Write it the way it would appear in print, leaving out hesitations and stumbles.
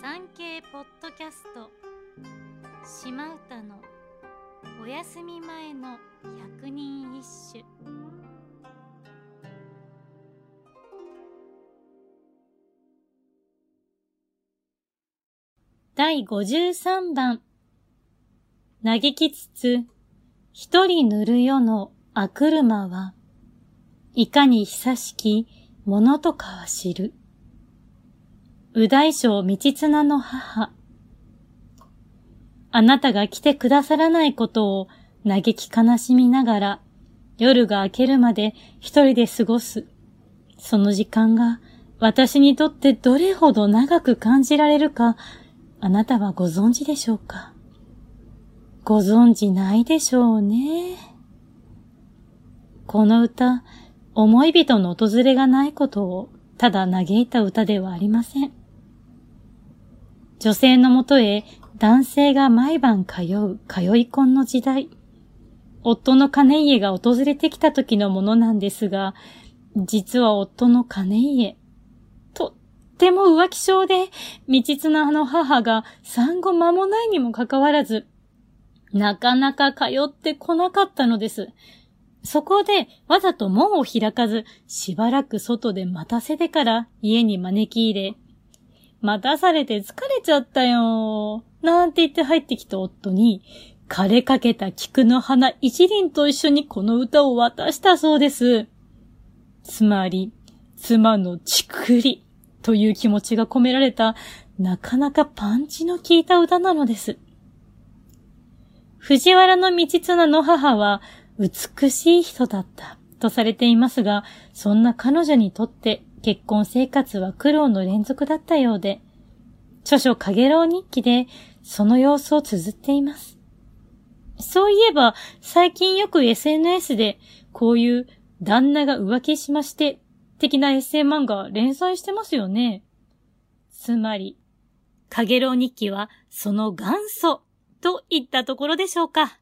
産経ポッドキャスト島唄のお休み前の百人一首。第53番。嘆きつつ一人塗る世のあ車は、いかに久しきものとかは知る。右大将道綱の母。あなたが来てくださらないことを嘆き悲しみながら、夜が明けるまで一人で過ごす。その時間が私にとってどれほど長く感じられるか、あなたはご存知でしょうか？ご存知ないでしょうね。この歌、思い人の訪れがないことをただ嘆いた歌ではありません。女性のもとへ男性が毎晩通い込んの時代、夫の金家が訪れてきた時のものなんですが、実は夫の金家、とっても浮気性で、道綱の母が産後間もないにもかかわらず、なかなか通ってこなかったのです。そこでわざと門を開かず、しばらく外で待たせてから家に招き入れ、待たされて疲れちゃったよなんて言って入ってきた夫に、枯れかけた菊の花一輪と一緒にこの歌を渡したそうです。つまり、妻のちくりという気持ちが込められた、なかなかパンチの効いた歌なのです。藤原道綱の母は美しい人だったとされていますが、そんな彼女にとって結婚生活は苦労の連続だったようで、著書かげろう日記でその様子を綴っています。そういえば最近よく SNS でこういう旦那が浮気しまして的なエッセイ漫画連載してますよね。つまり、かげろう日記はその元祖といったところでしょうか。